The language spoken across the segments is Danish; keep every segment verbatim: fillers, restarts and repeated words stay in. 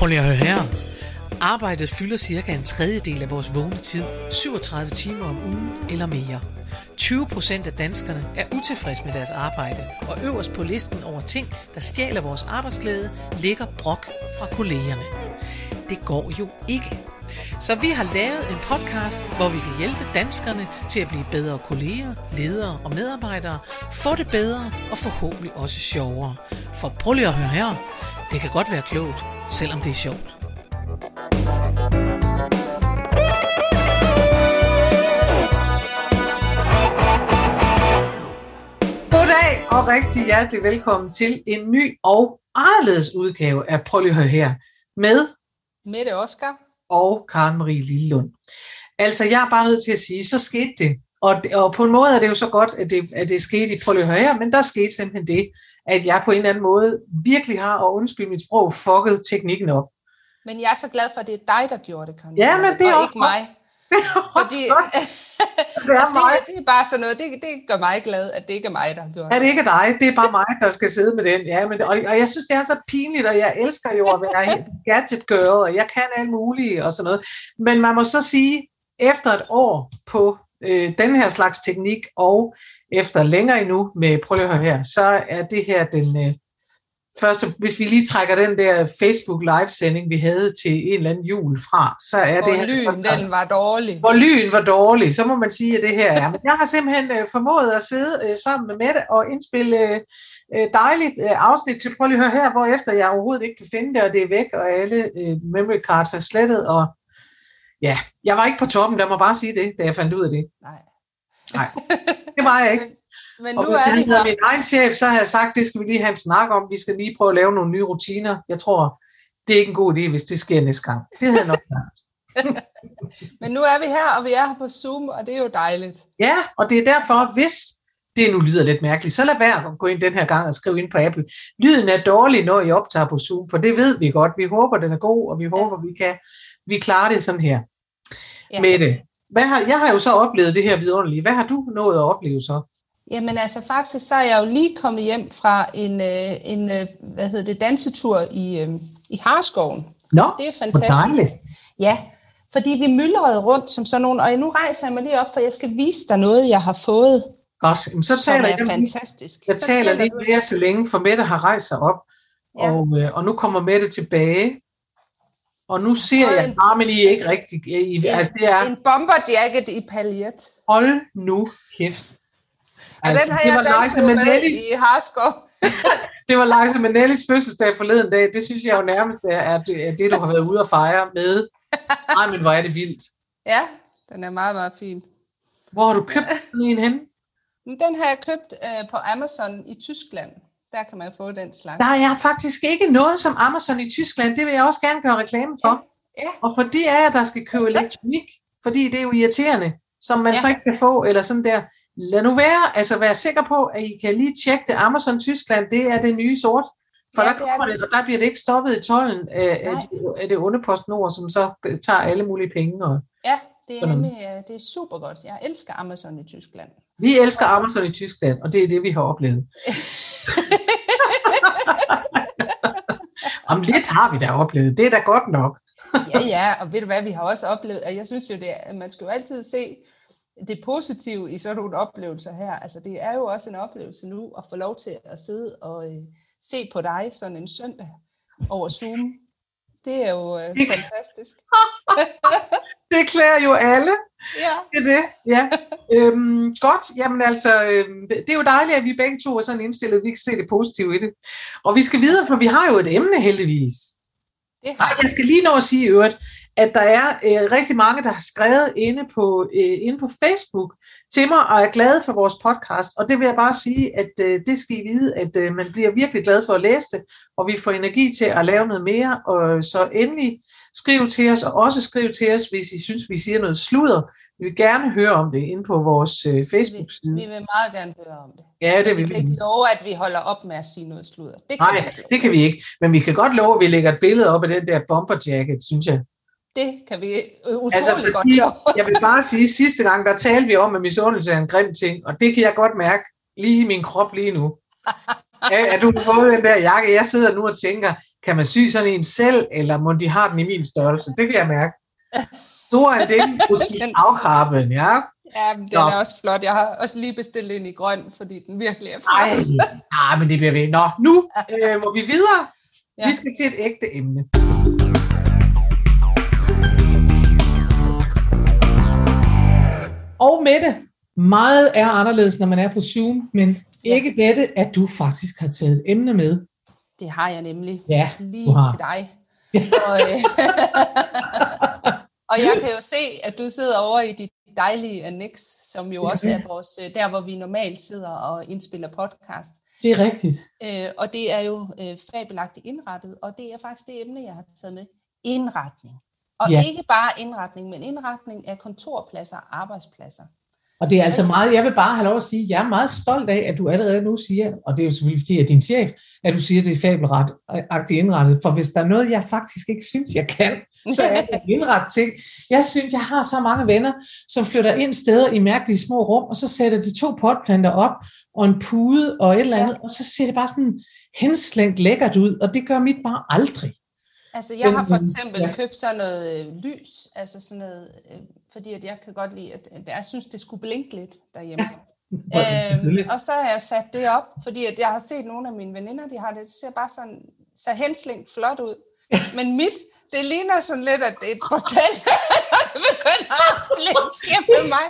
Prøv lige at høre her. Arbejdet fylder cirka en tredjedel af vores vågne tid, syvogtredive timer om ugen eller mere. tyve procent af danskerne er utilfredse med deres arbejde, og øverst på listen over ting, der stjæler vores arbejdsglæde, ligger brok fra kollegerne. Det går jo ikke. Så vi har lavet en podcast, hvor vi vil hjælpe danskerne til at blive bedre kolleger, ledere og medarbejdere, få det bedre og forhåbentlig også sjovere. For prøv lige at høre her. Det kan godt være klogt, selvom det er sjovt. Goddag og rigtig hjertelig velkommen til en ny og anderledes udgave af Prøv lige at høre her med Mette Oskar og Karen Marie Lillelund. Altså, jeg er bare nødt til at sige, så skete det. Og, og på en måde er det jo så godt, at det, at det skete i Prøv lige at høre her, men der skete simpelthen det, at jeg på en eller anden måde virkelig har, og undskyld mit sprog, fucket teknikken op. Men jeg er så glad for, at det er dig, der gjorde det, Karen. Ja, men det er og også ikke mig. Det er Fordi, det, er mig. det, det er bare sådan noget, det, det gør mig glad, at det ikke er mig, der har gjort det. Ja, det ikke er dig, det er bare mig, der skal sidde med den. Ja, men, og, og jeg synes, det er så pinligt, og jeg elsker jo at være gadget girl, og jeg kan alt muligt og sådan noget. Men man må så sige, efter et år på øh, den her slags teknik, og efter længere endnu med Prøv lige at høre her, så er det her den øh, første, hvis vi lige trækker den der Facebook live-sending, vi havde til en eller anden jul fra, så er hvor det her... Hvor lyn, den var dårlig. Hvor lyn var dårlig, så må man sige, at det her er. Men jeg har simpelthen øh, formået at sidde øh, sammen med Mette og indspille øh, dejligt øh, afsnit til Prøv lige at høre her, hvor efter jeg overhovedet ikke kan finde det, og det er væk, og alle øh, memory cards er slettet, og ja, jeg var ikke på toppen, der må bare sige det, da jeg fandt ud af det. Nej. Nej, det var jeg ikke. Men, men og nu hvis er han vi havde her. min egen chef, så havde jeg sagt, det skal vi lige have en snak om, vi skal lige prøve at lave nogle nye rutiner. Jeg tror, det er ikke en god idé, hvis det sker næste gang. Det havde jeg nok sagt. Men nu er vi her, og vi er her på Zoom, og det er jo dejligt. Ja, og det er derfor, hvis det nu lyder lidt mærkeligt, så lad være at gå ind den her gang og skrive ind på Apple. Lyden er dårlig, når I optager på Zoom, for det ved vi godt. Vi håber, den er god, og vi håber, ja. vi kan vi klarer det sådan her. Ja. Mette, hvad har, jeg har jo så oplevet det her vidunderlige. Hvad har du nået at opleve så? Jamen altså faktisk, så er jeg jo lige kommet hjem fra en, en hvad hedder det, dansetur i, i Harskoven. Nå, det er fantastisk. Ja, fordi vi myldrede rundt som sådan nogle, og nu rejser jeg mig lige op, for jeg skal vise dig noget, jeg har fået. Godt, så taler jeg, fantastisk. jeg så taler lidt mere så længe, for Mette har rejst sig op, ja. og, og nu kommer Mette tilbage. Og nu ser jeg en, Harmony ikke rigtig. En, altså, det er, en bomberjacket i paljet. Hold nu kæft. Og altså, den har jeg danset med, med i Harskov. Det var Liza Minnellis fødselsdag forleden dag. Det synes jeg jo nærmest er, er, det, er det, du har været ude at fejre med. Ej, men hvor er det vildt. Ja, den er meget, meget fin. Hvor har du købt den en henne? Den har jeg købt øh, på Amazon i Tyskland. Der kan man få den slags. Der er faktisk ikke noget som Amazon i Tyskland. Det vil jeg også gerne gøre reklame for. Ja. Ja. Og for de af jer, der skal købe elektronik, fordi det er jo irriterende, som man ja. så ikke kan få, eller sådan der. Lad nu være, altså vær sikker på, at I kan lige tjekke det. Amazon Tyskland, det er det nye sort. For ja, der kommer det, det, og der bliver det ikke stoppet i tolden af, af, de, af det onde PostNord, som så tager alle mulige penge. Og, ja, det er nemlig, det er super godt. Jeg elsker Amazon i Tyskland. Vi elsker Amazon i Tyskland, og det er det, vi har oplevet. Om lidt har vi da oplevet. Det er da godt nok. Ja, ja, og ved du hvad, vi har også oplevet, og jeg synes jo, det er, man skal jo altid se det positive i sådan nogle oplevelser her. Altså, det er jo også en oplevelse nu, at få lov til at sidde og øh, se på dig sådan en søndag over Zoom. Det er jo øh, fantastisk. Det klæder jo alle. Ja. Det er det, ja. øhm, godt, jamen altså, øhm, det er jo dejligt, at vi begge to er sådan indstillet, vi kan se det positive i det. Og vi skal videre, for vi har jo et emne heldigvis. Ej, jeg skal lige nå at sige i øvrigt, at der er øh, rigtig mange, der har skrevet inde på, øh, inde på Facebook til mig, og er glade for vores podcast. Og det vil jeg bare sige, at øh, det skal I vide, at øh, man bliver virkelig glad for at læse det, og vi får energi til at lave noget mere. Og så endelig skriv til os, og også skriv til os, hvis I synes, vi siger noget sludder. Vi vil gerne høre om det inde på vores øh, Facebook-side. Vi, vi vil meget gerne høre om det. Ja, det men vil vi kan ikke love, at vi holder op med at sige noget sludder. Det kan Nej, vi ikke det kan vi ikke. Men vi kan godt love, at vi lægger et billede op af den der bomberjacket, synes jeg. Det kan vi utroligt altså, fordi, godt love. Jeg vil bare sige, at sidste gang, der talte vi om, at misundelse er en grim ting, og det kan jeg godt mærke lige i min krop lige nu. Er, er du fået den der jakke? Jeg sidder nu og tænker, Kan man sy sådan en selv, eller må de have den i min størrelse? Det kan jeg mærke. Så er den måske afharpen, ja. Ja, men den Nå. er også flot. Jeg har også lige bestilt en i grøn, fordi den virkelig er flot. Ej, nej, men det bliver ved. Nå, nu øh, må vi videre. Ja. Vi skal til et ægte emne. Og Mette, meget er anderledes, når man er på Zoom, men ja. Ikke dette, at du faktisk har taget et emne med. Det har jeg nemlig. Ja, lige til dig. og, øh, og jeg kan jo se, at du sidder over i dit dejlige annex, som jo også er vores, der, hvor vi normalt sidder og indspiller podcast. Det er rigtigt. Øh, og det er jo øh, fabelagtigt indrettet, og det er faktisk det emne, jeg har taget med. Indretning. Og ja. Ikke bare indretning, men indretning af kontorpladser og arbejdspladser. Og det er altså meget, jeg vil bare have lov at sige, at jeg er meget stolt af, at du allerede nu siger, og det er jo selvfølgelig fordi, at din chef, at du siger, at det er fabelagtigt indrettet. For hvis der er noget, jeg faktisk ikke synes, jeg kan, så er det indret ting. Jeg synes, jeg har så mange venner, som flytter ind steder i mærkelige små rum, og så sætter de to potplanter op, og en pude og et eller andet, ja. Og så ser det bare sådan henslængt lækkert ud, og det gør mit bare aldrig. Altså, jeg har for eksempel ja. købt sådan noget øh, lys, altså sådan noget, øh, fordi at jeg kan godt lide, at, at jeg synes, det skulle blinke lidt derhjemme. Ja. Øhm, og så har jeg sat det op, fordi at jeg har set nogle af mine veninder, de har det, det ser bare sådan, så henslængt flot ud. Men mit, det ligner sådan lidt, at det er et portal, der begynder at blinke hjemme mig.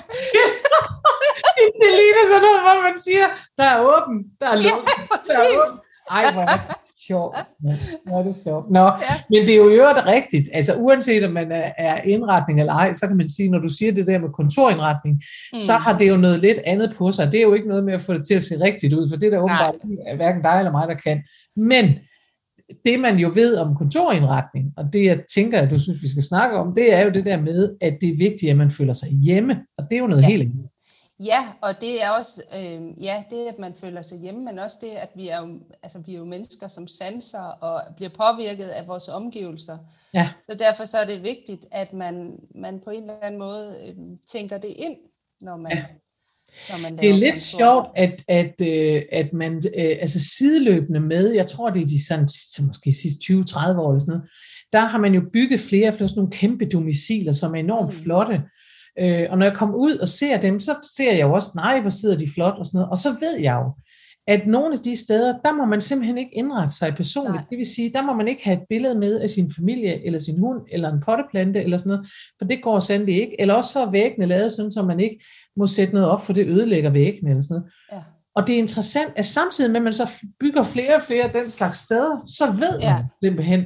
Det ligner sådan noget, hvor man siger, der er åben, der er lukket, ja, der er åben. Ej, hvor er det sjovt. Hvor er det sjovt. Nå, ja. Men det er jo øvrigt rigtigt. Altså uanset om man er, er indretning eller ej, så kan man sige, når du siger det der med kontorindretning, mm. så har det jo noget lidt andet på sig. Det er jo ikke noget med at få det til at se rigtigt ud, for det er der åbenbart hverken dig eller mig, der kan. Men det man jo ved om kontorindretning, og det jeg tænker, at du synes, vi skal snakke om, det er jo det der med, at det er vigtigt, at man føler sig hjemme. Og det er jo noget ja. helt andet. Ja, og det er også, øh, ja, det at man føler sig hjemme, men også det, at vi er jo, altså, vi er jo mennesker, som sanser og bliver påvirket af vores omgivelser. Ja. Så derfor så er det vigtigt, at man, man på en eller anden måde øh, tænker det ind, når man, ja. når man laver det er lidt kontor. sjovt, at, at, øh, at man øh, altså sideløbende med, jeg tror det er de sådan, måske sidste tyve til tredive år eller sådan noget, der har man jo bygget flere af sådan nogle kæmpe domiciler, som er enormt mm. flotte. Øh, og når jeg kommer ud og ser dem, så ser jeg jo også, nej, hvor sidder de flot og sådan noget. Og så ved jeg jo, at nogle af de steder, der må man simpelthen ikke indrette sig personligt. Nej. Det vil sige, der må man ikke have et billede med af sin familie, eller sin hund, eller en potteplante, eller sådan noget, for det går sandelig ikke. Eller også så er væggene lavet sådan, så man ikke må sætte noget op, for det ødelægger væggene, eller sådan noget. Ja. Og det er interessant, at samtidig med, at man så bygger flere og flere af den slags steder, så ved ja. man simpelthen,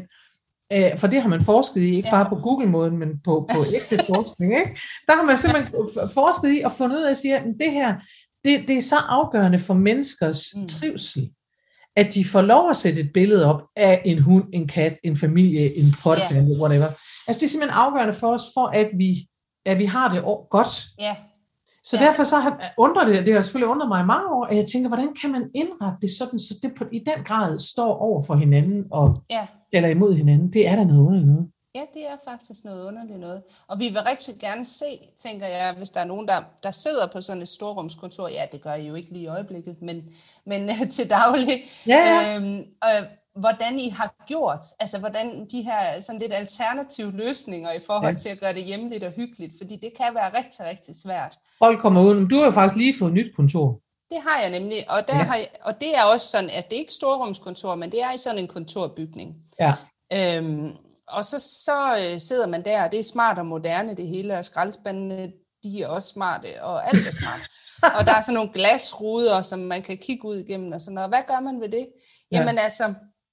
for det har man forsket i, ikke ja. bare på Google-måden, men på, på ægte forskning. Ikke? Der har man simpelthen forsket i og fundet ud af at sige, at det her, det, det er så afgørende for menneskers mm. trivsel, at de får lov at sætte et billede op af en hund, en kat, en familie, en potteplante, yeah. whatever. Altså det er simpelthen afgørende for os, for at vi, at vi har det godt. Yeah. Så yeah. derfor så har, undrer det, det har selvfølgelig undret mig i mange år, at jeg tænker, hvordan kan man indrette det sådan, så det på, i den grad står over for hinanden og yeah. eller imod hinanden. Det er da noget underligt noget. Ja, det er faktisk noget underligt noget. Og vi vil rigtig gerne se, tænker jeg, hvis der er nogen, der, der sidder på sådan et storrumskontor. Ja, det gør I jo ikke lige i øjeblikket, men, men til daglig. Ja, ja. Øhm, øh, hvordan I har gjort, altså hvordan de her sådan lidt alternative løsninger i forhold ja. til at gøre det hjemligt og hyggeligt, fordi det kan være rigtig, rigtig svært. Folk kommer ud. Du har jo faktisk lige fået et nyt kontor. Det har jeg nemlig, og, der ja. har jeg, og det er også sådan, altså det er ikke storrumskontor, men det er i sådan en kontorbygning. Ja. Øhm, og så, så øh, sidder man der, og det er smart og moderne det hele, og skraldespandene, de er også smarte, og alt er smart. Og der er sådan nogle glasruder, som man kan kigge ud igennem, og sådan noget. Hvad gør man ved det? Jamen ja. altså,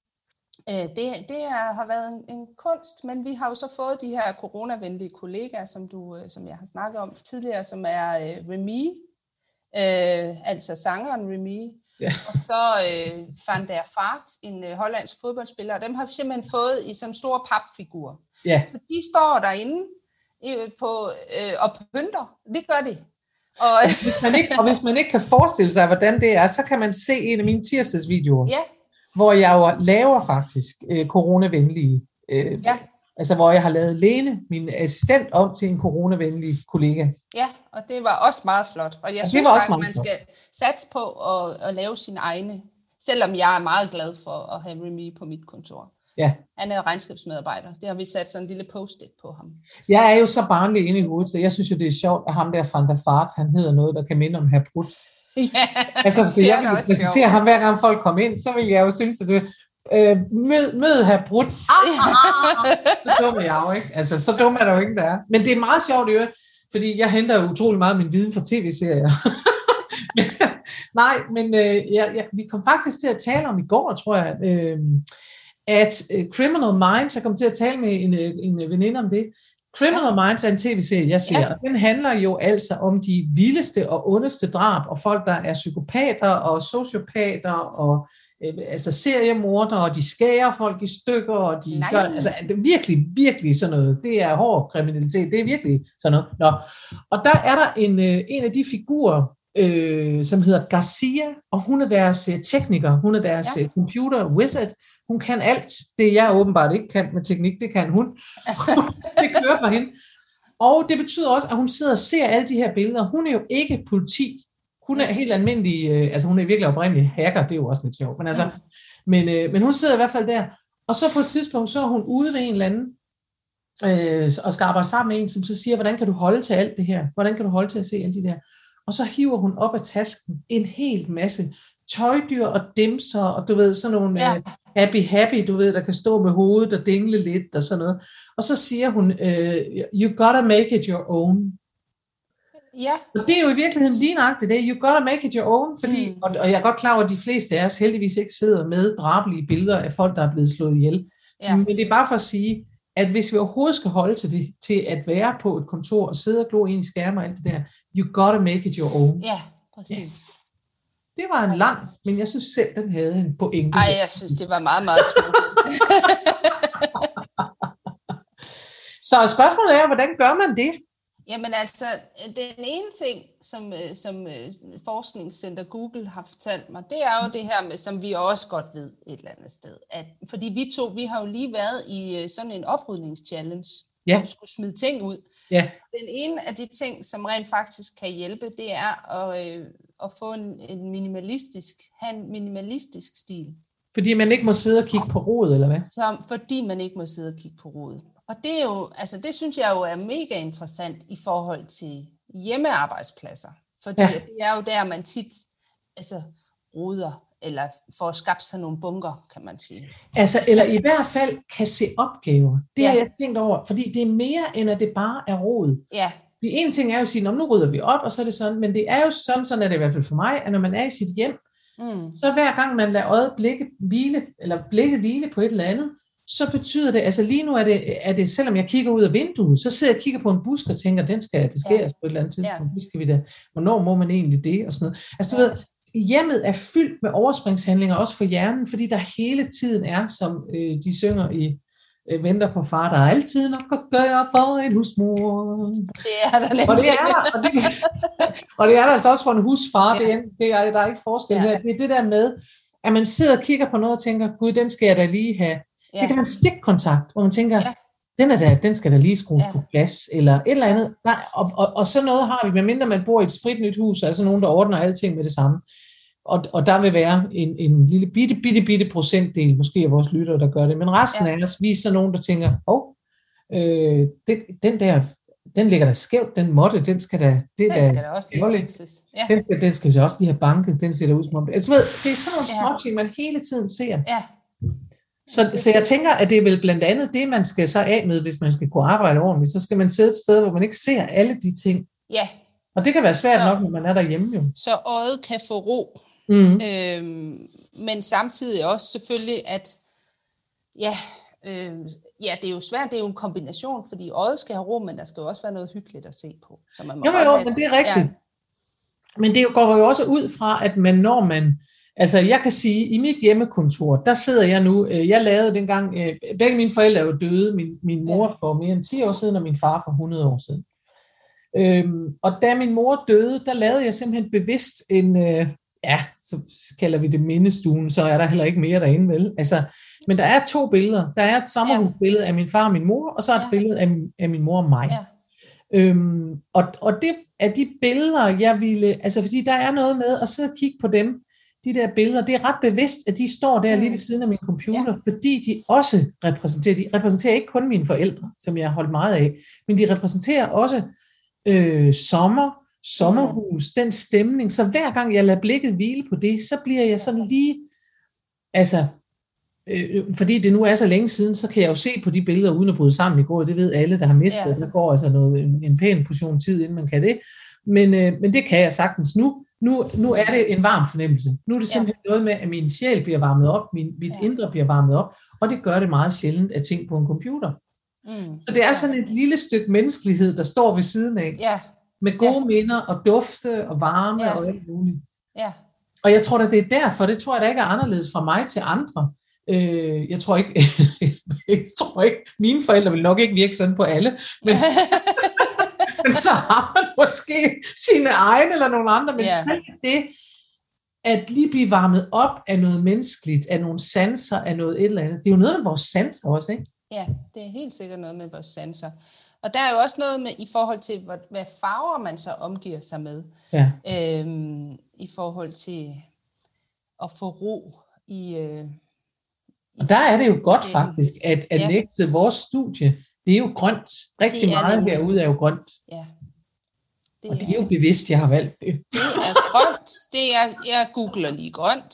øh, det, det er, har været en, en kunst, men vi har jo så fået de her coronavenlige kollegaer, som, du, øh, som jeg har snakket om tidligere, som er øh, Remy, øh, altså sangeren Remy, ja. og så øh, Van der Vaart, en øh, hollandsk fodboldspiller, og dem har vi simpelthen fået i sådan store papfigurer. Ja. Så de står derinde øh, på, øh, og pynter. Det gør de. Og, hvis man ikke, og hvis man ikke kan forestille sig, hvordan det er, så kan man se en af mine tirsdagsvideoer, ja. hvor jeg jo laver faktisk øh, coronavenlige, øh, ja. altså hvor jeg har lavet Lene, min assistent, om til en coronavenlig kollega. Ja, og det var også meget flot. Og jeg og synes faktisk, man skal satse på at, at lave sine egne, selvom jeg er meget glad for at have Remy på mit kontor. Ja. Han er jo regnskabsmedarbejder. Det har vi sat sådan en lille post-it på ham. Jeg er jo så barnlig inde i hovedet, så jeg synes jo, det er sjovt, at ham der Van der Fart, han hedder noget, der kan minde om Herr Brut. Ja, altså, så jeg vil præsentere ham, hver gang folk kommer ind, så vil jeg jo synes, at det øh, mød, mød Herr Brut. Så dum er jeg jo ikke. Altså, så dum er der jo ikke, der er. Men det er meget sjovt i øvrigt, fordi jeg henter jo utrolig meget af min viden fra tv-serier. Nej, men øh, jeg, jeg, vi kom faktisk til at tale om i går, tror jeg, øh, at uh, Criminal Minds, jeg kom til at tale med en, en veninde om det. Criminal ja. Minds er en tv-serie, jeg ser, ja. Og den handler jo altså om de vildeste og ondeste drab, og folk, der er psykopater og sociopater, og øh, altså seriemordere, og de skærer folk i stykker, og de Nej. gør, altså det er virkelig, virkelig sådan noget. Det er hård kriminalitet, det er virkelig sådan noget. Nå. Og der er der en, øh, en af de figurer, øh, som hedder Garcia, og hun er deres øh, tekniker, hun er deres ja. øh, computer wizard. Hun kan alt, det jeg åbenbart ikke kan med teknik, det kan hun. Det kører for hende. Og det betyder også, at hun sidder og ser alle de her billeder. Hun er jo ikke politi. Hun er helt almindelig, øh, altså hun er virkelig oprindelig hacker, det er jo også lidt sjovt. Men, altså, mm. men, øh, men hun sidder i hvert fald der. Og så på et tidspunkt, så er hun ude ved en eller anden, øh, og skal arbejde sammen med en, som så siger, hvordan kan du holde til alt det her? Hvordan kan du holde til at se alle de der? Og så hiver hun op af tasken en hel masse tøjdyr og dimser, og du ved, sådan nogle ja. uh, happy happy, du ved, der kan stå med hovedet og dingle lidt og sådan noget. Og så siger hun, uh, you gotta make it your own. Ja. Og det er jo i virkeligheden lige nøjagtigt det, you gotta make it your own, fordi, mm. og, og jeg er godt klar over, at de fleste af os heldigvis ikke sidder med drabelige billeder af folk, der er blevet slået ihjel. Ja. Men det er bare for at sige, at hvis vi overhovedet skal holde til det, til at være på et kontor og sidde og glo ind i skærme og alt det der, you gotta make it your own. Ja, præcis. Ja. Det var en lang, men jeg synes selv, den havde en pointe. Ej, jeg synes, det var meget, meget smukt. Så spørgsmålet er, hvordan gør man det? Jamen altså, den ene ting, som, som Forskningscenter Google har fortalt mig, det er jo det her med, som vi også godt ved et eller andet sted. At, fordi vi to, vi har jo lige været i sådan en oprydningschallenge, ja. Hvor vi skulle smide ting ud. Ja. Den ene af de ting, som rent faktisk kan hjælpe, det er at, øh, at få en, en minimalistisk, have en minimalistisk stil. Fordi man ikke må sidde og kigge på rodet, eller hvad? Så, fordi man ikke må sidde og kigge på rodet. Og det er jo, altså det synes jeg jo er mega interessant i forhold til hjemmearbejdspladser. Fordi ja. Det er jo der, man tit altså, roder, eller får skabt sig nogle bunker, kan man sige. Altså, eller i hvert fald kan se opgaver. Det ja. Har jeg tænkt over, fordi det er mere, end at det bare er rod. Ja. De ene ting er jo at sige, nu rydder vi op, og så er det sådan, men det er jo sådan, sådan er det i hvert fald for mig, at når man er i sit hjem, mm. så hver gang man lader øjet blikke hvile, eller blikket hvile på et eller andet, så betyder det, altså lige nu er det, er det, selvom jeg kigger ud af vinduet, så sidder jeg og kigger på en busk og tænker, den skal beskæres ja. På et eller andet tidspunkt. Ja. Skal vi da, hvornår må man egentlig det? Og sådan noget. Altså du ja. Ved, hjemmet er fyldt med overspringshandlinger, også for hjernen, fordi der hele tiden er, som øh, de synger i øh, Venter på far, der er altid nok at gøre for en husmor. Det er der nemlig. Og det er der, og det, og det er der altså også for en husfar, ja. det, er, det er, der er ikke forskel ja. Her. Det er det der med, at man sidder og kigger på noget og tænker, gud, den skal jeg da lige have. Ja. Det kan være en stikkontakt, hvor man tænker, ja. den, er der, den skal da lige skrues ja. På plads, eller et eller andet. Nej, og, og, og så noget har vi, medmindre man bor i et spritnyt hus, altså nogen, der ordner alting med det samme. Og, og der vil være en, en lille bitte, bitte, bitte procentdel, måske af vores lyttere, der gør det, men resten ja. Af os, vi er så nogen, der tænker, åh, oh, øh, den, den der, den ligger der skævt, den måtte, den skal da, det den der, skal da også lige fikses. Ja. Den, den skal da også lige have banket, den ser der ud som om det. Altså, ved, det er sådan nogle ja. Små ting, man hele tiden ser. Ja. Så, så jeg tænker, at det er vel blandt andet det, man skal så af med, hvis man skal kunne arbejde ordentligt. Så skal man sidde et sted, hvor man ikke ser alle de ting. Ja. Og det kan være svært så, nok, når man er derhjemme jo. Så øjet kan få ro. Mm. Øhm, men samtidig også selvfølgelig, at ja, øh, ja, det er jo svært, det er jo en kombination, fordi øjet skal have ro, men der skal jo også være noget hyggeligt at se på. Så man må jo, jo, men det er rigtigt. Ja. Men det går jo også ud fra, at man når man, altså jeg kan sige, i mit hjemmekontor, der sidder jeg nu, jeg lavede dengang, begge mine forældre er jo døde, min, min mor ja. For mere end ti år siden, og min far for hundrede år siden. Øhm, og da min mor døde, der lavede jeg simpelthen bevidst en, øh, ja, så kalder vi det mindestuen, så er der heller ikke mere derinde, vel? Altså, men der er to billeder. Der er et sommerhusbillede ja. Af min far og min mor, og så et ja. Billede af min, af min mor og mig. Ja. Øhm, og, og det er de billeder, jeg ville, altså fordi der er noget med at sidde og kigge på dem, de der billeder, det er ret bevidst, at de står der lige ved siden af min computer, ja. Fordi de også repræsenterer, de repræsenterer ikke kun mine forældre, som jeg har holdt meget af, men de repræsenterer også øh, sommer, sommerhus, den stemning, så hver gang jeg lader blikket hvile på det, så bliver jeg sådan lige, altså, øh, fordi det nu er så længe siden, så kan jeg jo se på de billeder, uden at bryde sammen i går, det ved alle, der har mistet, ja. Der går altså noget, en, en pæn portion tid, inden man kan det, men, øh, men det kan jeg sagtens nu. Nu, nu er det en varm fornemmelse. Nu er det simpelthen ja. Noget med, at min sjæl bliver varmet op, min, mit ja. Indre bliver varmet op, og det gør det meget sjældent at tænke på en computer. Mm. Så det er sådan et lille stykke menneskelighed, der står ved siden af, ja. Med gode ja. Minder og dufte og varme ja. Og alt muligt. Ja. Og jeg tror, at det er derfor, det tror jeg da ikke er anderledes fra mig til andre. Øh, jeg tror ikke, jeg tror ikke, mine forældre vil nok ikke virke sådan på alle, men men så har man måske sine egne eller nogle andre, men yeah. selv det, at lige blive varmet op af noget menneskeligt, af nogle sanser, af noget et eller andet, det er jo noget med vores sanser også, ikke? Ja, det er helt sikkert noget med vores sanser. Og der er jo også noget med, i forhold til, hvad farver man så omgiver sig med, ja. øhm, i forhold til at få ro i... Øh, og der er det jo godt faktisk, at, at ja. Lægge til vores studie, det er jo grønt. Rigtig meget det. Herude er jo grønt. Ja. Det og det er jo bevidst, jeg har valgt det. Det er grønt. Det er, jeg googler lige grønt.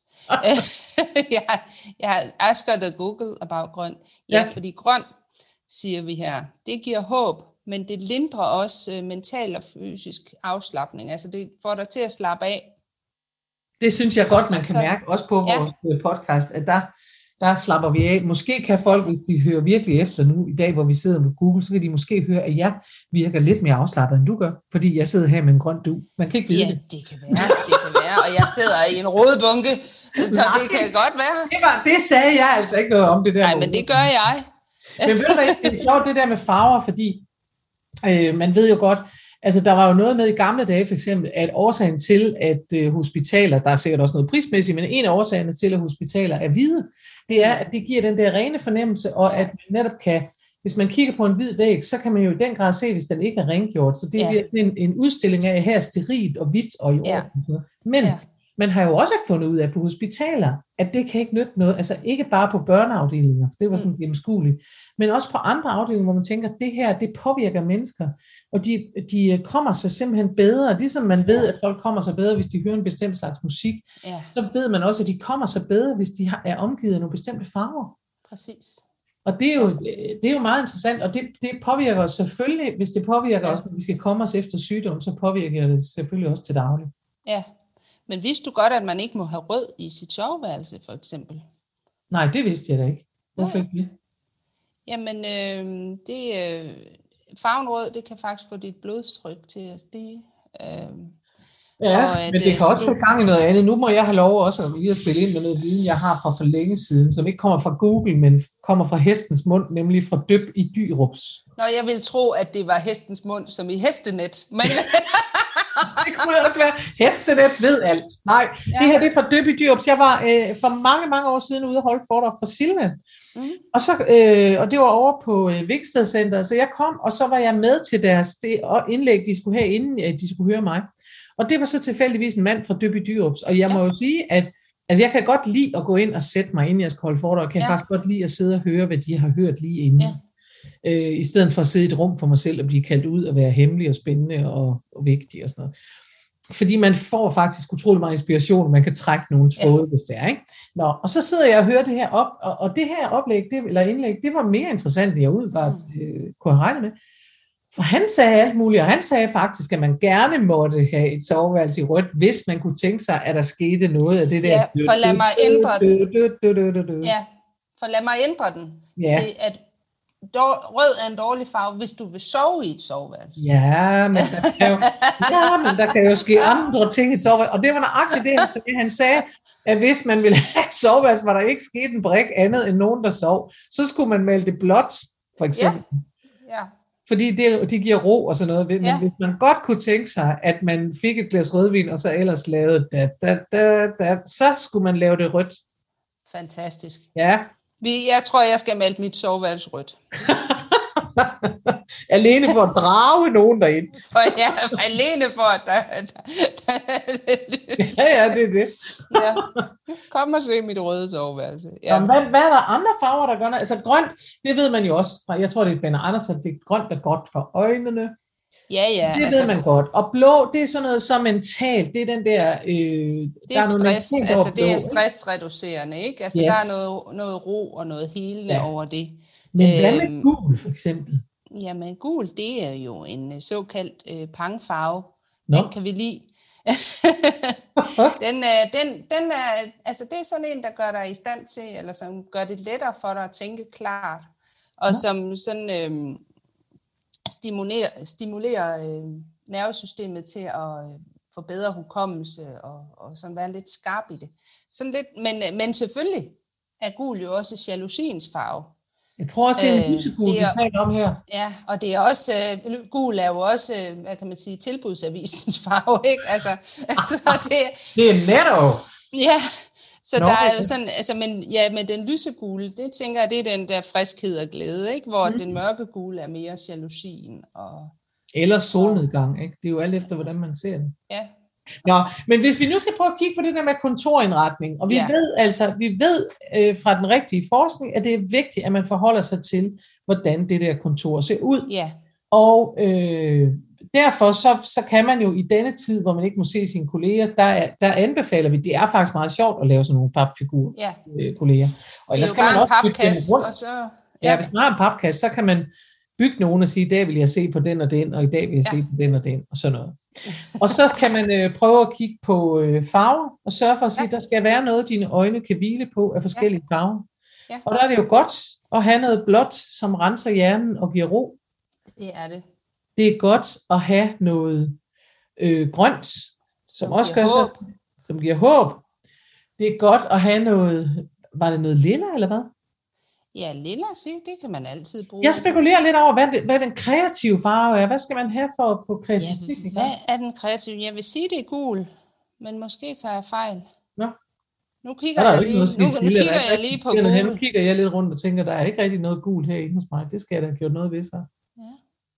jeg, jeg har asker the Google about grønt. Ja, ja, fordi grøn, siger vi her, det giver håb, men det lindrer også uh, mental og fysisk afslapning. Altså det får dig til at slappe af. Det synes jeg godt, man kan mærke, også på ja. Vores podcast, at der Der slapper vi af. Måske kan folk, hvis de hører virkelig efter nu, i dag, hvor vi sidder på Google, så kan de måske høre, at jeg virker lidt mere afslappet, end du gør, fordi jeg sidder her med en grøn du. Man kan ikke vide ja, det. Ja, det kan være, det kan være, og jeg sidder i en rodebunke, så nej, det kan godt være. Det, var, det sagde jeg altså ikke noget om, det der. Nej, men det gør jeg. Men ved du hvad, det er sjovt, det der med farver, fordi øh, man ved jo godt, altså der var jo noget med i gamle dage for eksempel, at årsagen til, at øh, hospitaler, der er sikkert også noget prismæssigt, men en af årsagerne til, at hospitaler er hvide, det er, at det giver den der rene fornemmelse, og at man netop kan, hvis man kigger på en hvid væg, så kan man jo i den grad se, hvis den ikke er rengjort. Så det er ja. en, en udstilling af, her sterilt og hvidt og i orden. Ja. Men ja. Man har jo også fundet ud af på hospitaler, at det kan ikke nytte noget, altså ikke bare på børneafdelinger, det var sådan mm. gennemskueligt, men også på andre afdelinger, hvor man tænker, at det her, det påvirker mennesker, og de, de kommer sig simpelthen bedre, ligesom man ved, at folk kommer sig bedre, hvis de hører en bestemt slags musik, ja. Så ved man også, at de kommer sig bedre, hvis de er omgivet af nogle bestemte farver. Præcis. Og det er jo, det er jo meget interessant, og det, det påvirker os selvfølgelig, hvis det påvirker ja. Os, når vi skal komme os efter sygdom, så påvirker det selvfølgelig også til daglig. Ja. Men vidste du godt, at man ikke må have rød i sit soveværelse, for eksempel? Nej, det vidste jeg da ikke. Hvorfor ikke det? Jamen, øh, det, øh, farven rød, det kan faktisk få dit blodtryk til at stige. Øh, ja, og, men det, det kan også få gang i noget andet. Nu må jeg have lov også at lige at spille ind med noget viden, jeg har fra for længe siden, som ikke kommer fra Google, men kommer fra hestens mund, nemlig fra Dyb i Dyrups. Nå, jeg ville tro, at det var hestens mund, som i hestenet, men... Det kunne også være, hestenet ved alt. Nej, ja. Det her det er fra Dyb i Dyrups. Jeg var øh, for mange, mange år siden ude og holde foredrag for Silvan. Mm. Og, så, øh, og det var over på øh, Viksted Center, så jeg kom, og så var jeg med til deres det indlæg, de skulle have, inden øh, de skulle høre mig. Og det var så tilfældigvis en mand fra Dyb i Dyrups. Og jeg ja. Må jo sige, at altså, jeg kan godt lide at gå ind og sætte mig, inden jeg skal holde foredrag. Jeg kan ja. Faktisk godt lide at sidde og høre, hvad de har hørt lige inden. Ja. Øh, i stedet for at sidde i et rum for mig selv og blive kaldt ud og være hemmelig og spændende og, og vigtig og sådan noget. Fordi man får faktisk utrolig meget inspiration, man kan trække nogle tråde, ja. Hvis det er, ikke? Nå, og så sidder jeg og hører det her op, og, og det her oplæg, det, eller indlæg, det var mere interessant, end jeg udebart øh, kunne have regnet med. For han sagde alt muligt, og han sagde faktisk, at man gerne måtte have et soveværelse i rødt, hvis man kunne tænke sig, at der skete noget af det der. Ja, for lad mig ændre den. Ja, for lad mig ændre den til, at rød er en dårlig farve, hvis du vil sove i et soveværelse. Ja, men der kan jo, ja, men der kan jo ske andre ting i et soveværelse. Og det var nøjagtigt det, han sagde. Han sagde, at hvis man ville have et soveværelse, hvor der ikke skete en brik andet end nogen, der sov, så skulle man male det blåt, for eksempel. Ja. Ja. Fordi det, de giver ro og sådan noget. Men ja. Hvis man godt kunne tænke sig, at man fik et glas rødvin, og så ellers lavede da, da, da, da, så skulle man lave det rødt. Fantastisk. Ja. Jeg tror, jeg skal male mit soveværelse rødt. Alene for at drage nogen derind. For, ja, alene for at... Der, ja, ja, det er det. ja. Kom og se mit røde soveværelse. Ja. Jamen, hvad, hvad er der andre farver, der gør noget? Altså grønt, det ved man jo også fra, jeg tror det er Benny Andersen, det er grønt er godt for øjnene. Ja, ja. Det altså, ved man godt. Og blå, det er sådan noget så mentalt, det er den der... Øh, det der er, er stress, altså blå, det er stressreducerende, ikke? Altså yes. Der er noget, noget ro og noget helende ja. over det. Men hvad med gul for eksempel? Jamen gul, det er jo en såkaldt øh, pangfarve. Nå. Den kan vi lide. den, øh, den, den er, altså det er sådan en, der gør dig i stand til, eller som gør det lettere for dig at tænke klart. Og Nå. som sådan... Øh, stimulerer, stimulerer øh, nervesystemet til at øh, få bedre hukommelse og, og sådan være lidt skarp i det. Sådan lidt, men, men selvfølgelig er gul jo også jalousiens farve. Jeg tror også, det er en lysegul, vi taler om her. Ja, og det er også, øh, gul er jo også, øh, hvad kan man sige, tilbudsavisens farve, ikke? Altså, altså det, det er netto. Ja, så Nå, der er jo sådan, altså, men ja, med den lysegule, det tænker jeg, det er den der friskhed og glæde, ikke? Hvor mm. den mørke gule er mere jalousien. Og, eller solnedgang, ikke? Det er jo alt efter, hvordan man ser den. Ja. Nå, men hvis vi nu skal prøve at kigge på det der med kontorindretning, og vi ja. ved altså, vi ved øh, fra den rigtige forskning, at det er vigtigt, at man forholder sig til, hvordan det der kontor ser ud. Ja. Og øh, derfor så, så kan man jo i denne tid, hvor man ikke må se sine kolleger, der, der anbefaler vi, det er faktisk meget sjovt at lave sådan nogle papfigurer, ja. øh, kolleger. Og ellers skal man også bygge dem rundt. Og så, ja. ja, hvis man har en papkasse, så kan man bygge nogen og sige, i dag vil jeg se på den og den, og i dag vil jeg ja. se på den og den, og sådan noget. Og så kan man øh, prøve at kigge på øh, farver, og sørge for at sige, at ja. der skal være noget, dine øjne kan hvile på af forskellige ja. farver. Ja. Og der er det jo godt at have noget blåt, som renser hjernen og giver ro. Det er det. Det er godt at have noget øh, grønt, som, som også giver gør, håb. Som giver håb. Det er godt at have noget, var det noget lilla eller hvad? Ja, lilla, det kan man altid bruge. Jeg spekulerer lidt over, hvad, det, hvad den kreative farve er. Hvad skal man have for at få kreativitet? Ja, hvad er den kreative? Jeg vil sige, det er gul, men måske tager jeg fejl. Nå. Nu kigger, jeg lige, nu, nu kigger jeg lige på gul. Nu kigger jeg lidt rundt og tænker, der er ikke rigtig noget gul herinde hos mig. Det skal jeg da have gjort noget ved så. Ja.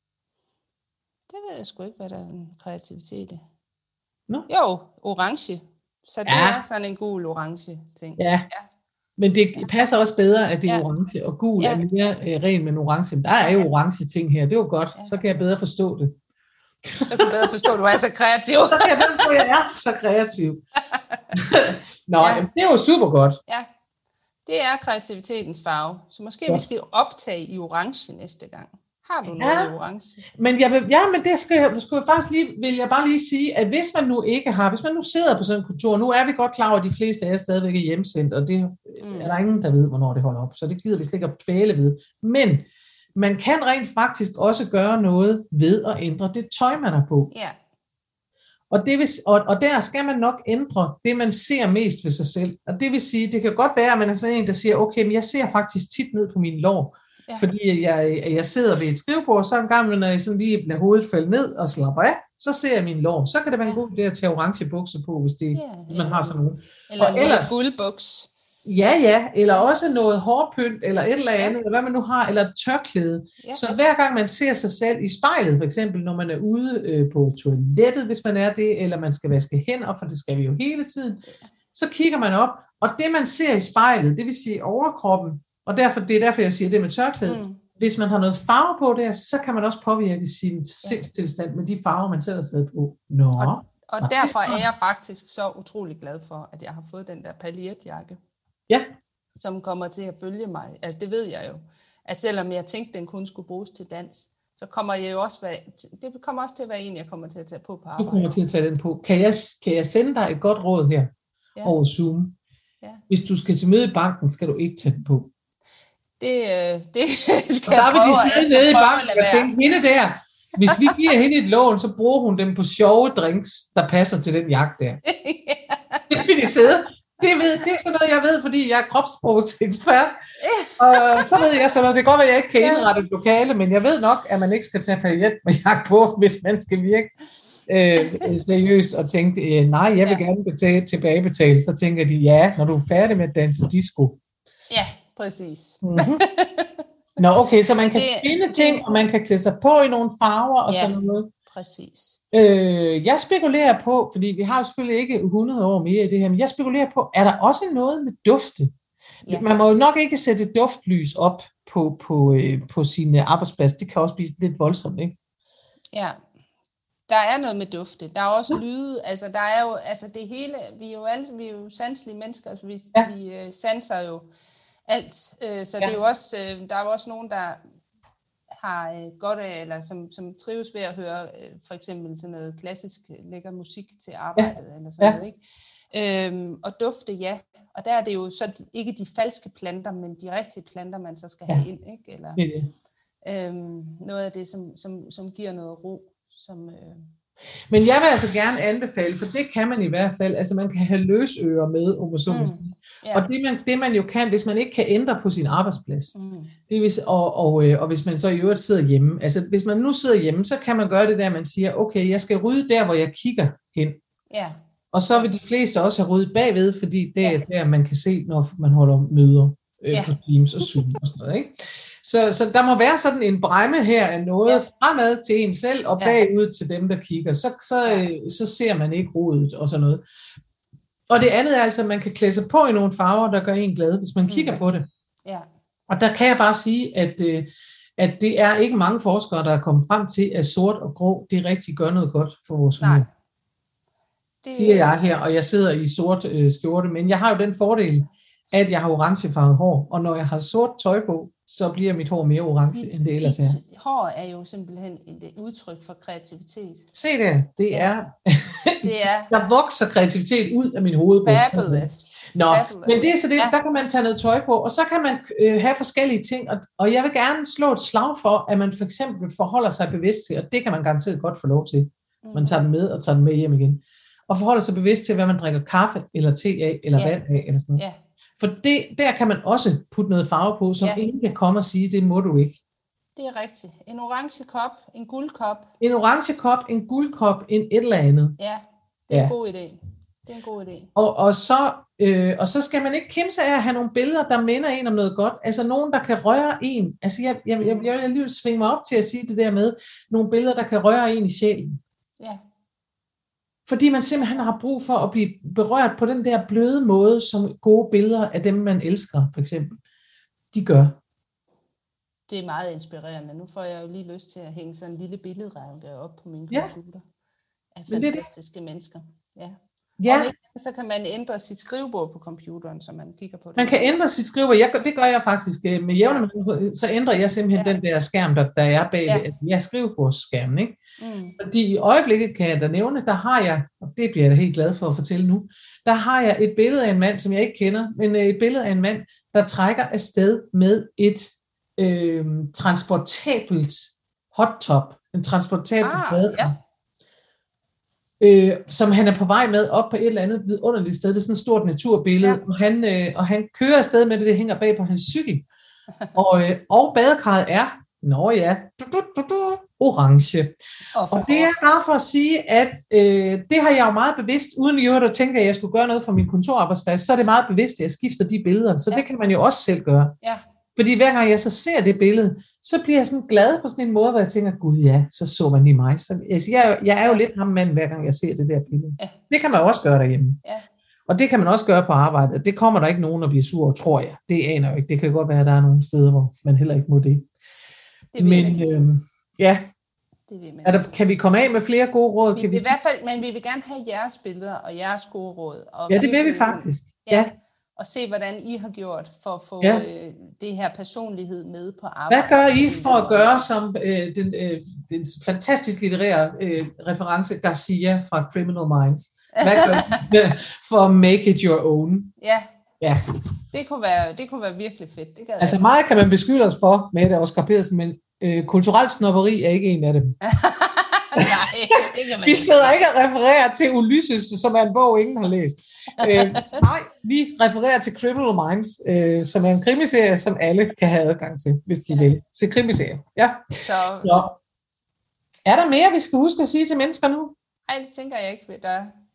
Det ved jeg sgu ikke, hvad der er en kreativitet er. Nå. Jo, orange. Så det ja. er sådan en gul-orange ting. Ja. ja. Men det passer også bedre, at det er ja. orange, og gul ja. er mere øh, ren med orange. Der er jo orange ting her, det er jo godt, ja. så kan jeg bedre forstå det. Så kan du bedre forstå, at du er så kreativ. Så kan jeg bedre forstå, at jeg er så kreativ. Nå, ja. det er jo super godt. Ja, det er kreativitetens farve. Så måske ja. vi skal optage i orange næste gang. Har du noget ja, i orange? Men jeg vil, ja, men det skal, skal jeg faktisk lige, vil jeg bare lige sige, at hvis man nu ikke har, hvis man nu sidder på sådan en kontor, nu er vi godt klar over, at de fleste af jer stadigvæk er hjemsendt, og det mm. er der ingen, der ved, hvornår det holder op, så det gider vi slet ikke at dvæle ved. Men man kan rent faktisk også gøre noget ved at ændre det tøj, man har på. Ja. Og, det vil, og, og der skal man nok ændre det, man ser mest ved sig selv. Og det vil sige, det kan godt være, at man er sådan en, der siger, okay, men jeg ser faktisk tit ned på mine lår. Ja. Fordi jeg, jeg sidder ved et skrivebord, så en gang, når jeg sådan lige lader hovedet falde ned og slapper af, så ser jeg min lår. Så kan det være en god idé at tage orange bukser på, hvis, det, ja, hvis man har sådan nogle. Eller og en ellers, guldbuks. Ja, ja. Eller også noget hårpynt, eller et eller andet, ja. eller hvad man nu har, eller et tørklæde. Ja. Så hver gang man ser sig selv i spejlet, for eksempel når man er ude øh, på toilettet, hvis man er det, eller man skal vaske hænder, for det skal vi jo hele tiden, ja. så kigger man op, og det man ser i spejlet, det vil sige overkroppen, og derfor, det er derfor, jeg siger det med tørklæde. Mm. Hvis man har noget farve på der, så kan man også påvirke sin sindstilstand med de farver, man selv har taget på. Nå. Og, og derfor er jeg faktisk så utrolig glad for, at jeg har fået den der paljetjakke. Ja. Som kommer til at følge mig. Altså det ved jeg jo. At selvom jeg tænkte, den kun skulle bruges til dans, så kommer jeg jo også, det kommer også til at være en, jeg kommer til at tage på på arbejde. Du kommer til at tage den på. Kan jeg, kan jeg sende dig et godt råd her ja. over Zoom? Ja. Hvis du skal til møde i banken, skal du ikke tage den på. Det, det skal jeg prøve, jeg skal nede i banken og tænke, hende der, hvis vi giver hende et lån, så bruger hun dem på sjove drinks, der passer til den jakke der. Det vil de sidde. Det, ved, det er sådan noget, jeg ved, fordi jeg er kropssprogsekspert. Og så ved jeg sådan noget. Det kan godt være, at jeg ikke kan indrette et lokale, men jeg ved nok, at man ikke skal tage paljet med jakke på, hvis man skal virke øh, seriøst og tænke, øh, nej, jeg vil ja. gerne betale, tilbagebetale. Så tænker de, ja, når du er færdig med at danse disco. Ja, præcis. Mm-hmm. Nå, okay, så man kan det, finde ting, det, og man kan klæde sig på i nogle farver og ja, sådan noget. Præcis. Øh, jeg spekulerer på, fordi vi har jo selvfølgelig ikke hundrede år mere i det her, men jeg spekulerer på, er der også noget med dufte? Ja. Man må jo nok ikke sætte duftlys op på, på, øh, på sin arbejdsplads. Det kan også blive lidt voldsomt, ikke? Ja, der er noget med dufte. Der er også ja. lyde. Altså, der er jo, altså det hele, vi er jo alle, vi er jo sanselige mennesker, altså vi, ja. vi øh, sanser jo alt. Øh, så ja. det er jo også, øh, der er jo også nogen, der har øh, godt af, eller som, som trives ved at høre øh, for eksempel sådan noget klassisk lækker musik til arbejdet, ja. eller sådan ja. noget, ikke? Øhm, og dufte, ja. Og der er det jo så ikke de falske planter, men de rigtige planter, man så skal ja. have ind, ikke? Eller det det. Øhm, noget af det, som, som, som giver noget ro. Som, øh... Men jeg vil altså gerne anbefale, for det kan man i hvert fald, altså man kan have løsører med, om så mm. ja. og det man, det man jo kan, hvis man ikke kan ændre på sin arbejdsplads, mm. det hvis, og, og, og hvis man så i øvrigt sidder hjemme, altså hvis man nu sidder hjemme, så kan man gøre det der, man siger, okay, jeg skal rydde der, hvor jeg kigger hen. Ja. Og så vil de fleste også have ryddet bagved, fordi det er ja. der, man kan se, når man holder møder øh, ja. på Teams og Zoom og sådan noget, ikke? Så, så der må være sådan en bræmme her af noget ja. fremad til en selv, og bagud ja. til dem, der kigger. Så, så, ja. så ser man ikke rodet og sådan noget. Og det andet er altså, at man kan klæde sig på i nogle farver, der gør en glad, hvis man mm. kigger på det. Ja. Og der kan jeg bare sige, at, at det er ikke mange forskere, der er kommet frem til, at sort og grå, det rigtig gør noget godt for vores humør. Det siger jeg her, og jeg sidder i sort øh, skjorte, men jeg har jo den fordel, at jeg har orangefarvet hår, og når jeg har sort tøj på, så bliver mit hår mere orange, dit, end det ellers er. Dit hår er jo simpelthen et udtryk for kreativitet. Se det, det ja. er, det er der vokser kreativitet ud af min hoved. Fabulous. Nå, Fabulous. men det er så det, ja. der kan man tage noget tøj på, og så kan man øh, have forskellige ting, og, og jeg vil gerne slå et slag for, at man for eksempel forholder sig bevidst til, og det kan man garanteret godt få lov til, mm. man tager den med og tager den med hjem igen, og forholder sig bevidst til, hvad man drikker kaffe, eller te af, eller ja. vand af, eller sådan noget. Ja. For det, der kan man også putte noget farve på, som ja. ingen kan komme og sige, det må du ikke. Det er rigtigt. En orange kop, en guldkop. En orange kop, en guldkop, en et eller andet. Ja, det er ja. en god idé. Det er en god idé. Og, og, så, øh, og så skal man ikke kimse af at have nogle billeder, der minder en om noget godt. Altså nogen, der kan røre en. Altså jeg, jeg, jeg, jeg vil alligevel svinge mig op til at sige det der med, nogle billeder, der kan røre en i sjælen. Ja. Fordi man simpelthen har brug for at blive berørt på den der bløde måde, som gode billeder af dem, man elsker, for eksempel, de gør. Det er meget inspirerende. Nu får jeg jo lige lyst til at hænge sådan en lille billedrække op på min ja. computer af fantastiske det... mennesker. Ja. Ja. Og så kan man ændre sit skrivebord på computeren, så man kigger på det. Man kan ændre sit skrivebord. Jeg, det gør jeg faktisk med jævne ja. Så ændrer jeg simpelthen ja. den der skærm, der, der er bag ja. jeg skrivebordsskærmen, ikke? Mm. Fordi i øjeblikket kan jeg da nævne, der har jeg, og det bliver jeg da helt glad for at fortælle nu, der har jeg et billede af en mand, som jeg ikke kender, men et billede af en mand, der trækker afsted med et øh, transportabelt hot top, en transportabel ah, badekar. Ja. Øh, som han er på vej med op på et eller andet vidunderligt sted. Det er sådan et stort naturbillede, ja. og, han, øh, og han kører afsted med det, det hænger bag på hans cykel. og, øh, og badekarret er, nå ja, du, du, du, du, orange. Og, og det er bare for at sige, at øh, det har jeg jo meget bevidst, uden jo at tænke, at jeg skulle gøre noget for min kontorarbejdsplads, så er det meget bevidst, at jeg skifter de billeder. Så ja. det kan man jo også selv gøre. Ja. Fordi hver gang jeg så ser det billede, så bliver jeg sådan glad på sådan en måde, hvor jeg tænker, gud ja, så så man lige mig. Så, altså, jeg, er jo, jeg er jo ja. lidt ham mand, hver gang jeg ser det der billede. Ja. Det kan man også gøre derhjemme. Ja. Og det kan man også gøre på arbejdet. Det kommer der ikke nogen at blive sur over, tror jeg. Det aner jeg ikke. Det kan godt være, at der er nogle steder, hvor man heller ikke må det. Det Men øh, ja, det vil man. Er der, kan vi komme af med flere gode råd? Vi kan vi vi i hvert fald, men vi vil gerne have jeres billeder og jeres gode råd. Og ja, det vil vi faktisk. Ja. ja. Og se, hvordan I har gjort for at få ja. øh, det her personlighed med på arbejde. Hvad gør I for at gøre, som øh, den, øh, den fantastisk litterære øh, reference Garcia fra Criminal Minds? Hvad gør I for at make it your own? Ja, ja. Det, kunne være, det kunne være virkelig fedt. Det altså jeg. Meget kan man beskylde os for, med det Oscar Petersen, men øh, kulturelt snobberi er ikke en af dem. Nej, det kan man vi sidder ikke og refererer til Ulysses, som er en bog, ingen har læst. øh, nej, vi refererer til Criminal Minds, øh, som er en krimiserie, som alle kan have adgang til, hvis de ja. vil. Se krimiserie. Ja. Så... Så. Er der mere, vi skal huske at sige til mennesker nu? Nej, det tænker jeg ikke. Der...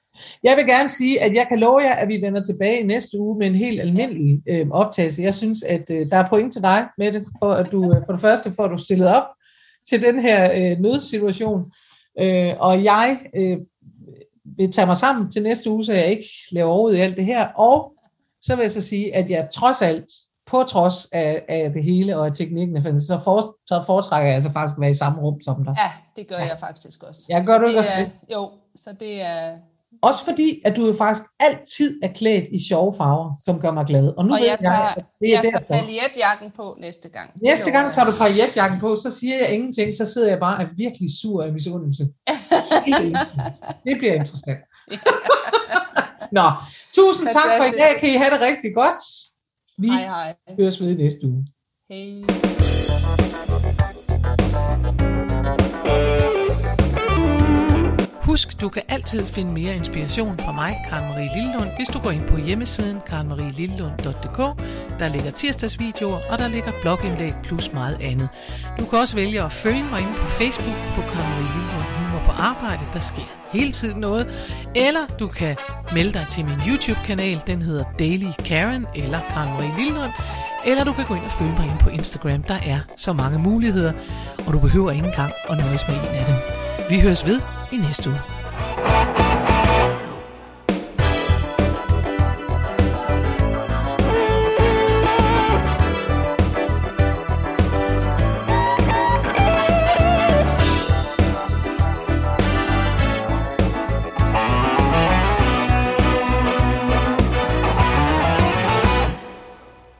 Jeg vil gerne sige, at jeg kan love jer, at vi vender tilbage i næste uge med en helt almindelig øh, optagelse. Jeg synes, at øh, der er point til dig med det, for at du øh, for det første får du stillet op til den her øh, nødsituation. Øh, og jeg øh, vil tage mig sammen til næste uge, så jeg ikke laver over i alt det her. Og så vil jeg så sige, at jeg trods alt, på trods af, af det hele og af teknikken, så, for, så foretrækker jeg altså faktisk at være i samme rum som dig. Ja, det gør ja. jeg faktisk også. Jeg gør så du det også er, det? Jo, så det er... Også fordi, at du jo faktisk altid er klædt i sjove farver, som gør mig glad. Og, nu og jeg tager, jeg, det jeg tager paljetjakken på næste gang. Næste gang tager du paljetjakken på, så siger jeg ingenting, så sidder jeg bare og er virkelig sur af misundelse. Det bliver interessant. Nå, tusind tak for i dag. Kan I have det rigtig godt. Vi hej, hej. høres ved i næste uge. Hej. Husk, du kan altid finde mere inspiration fra mig, Karen Marie Lillelund, hvis du går ind på hjemmesiden karen marie lillelund punktum d k. Der ligger tirsdagsvideoer, og der ligger blogindlæg plus meget andet. Du kan også vælge at følge mig inde på Facebook på Karen Marie Lillelund Humor på Arbejde. Der sker hele tiden noget. Eller du kan melde dig til min YouTube-kanal. Den hedder Daily Karen eller Karen Marie Lillelund. Eller du kan gå ind og følge mig inde på Instagram. Der er så mange muligheder, og du behøver ikke engang at nøjes med en af dem. Vi høres ved i næste uge.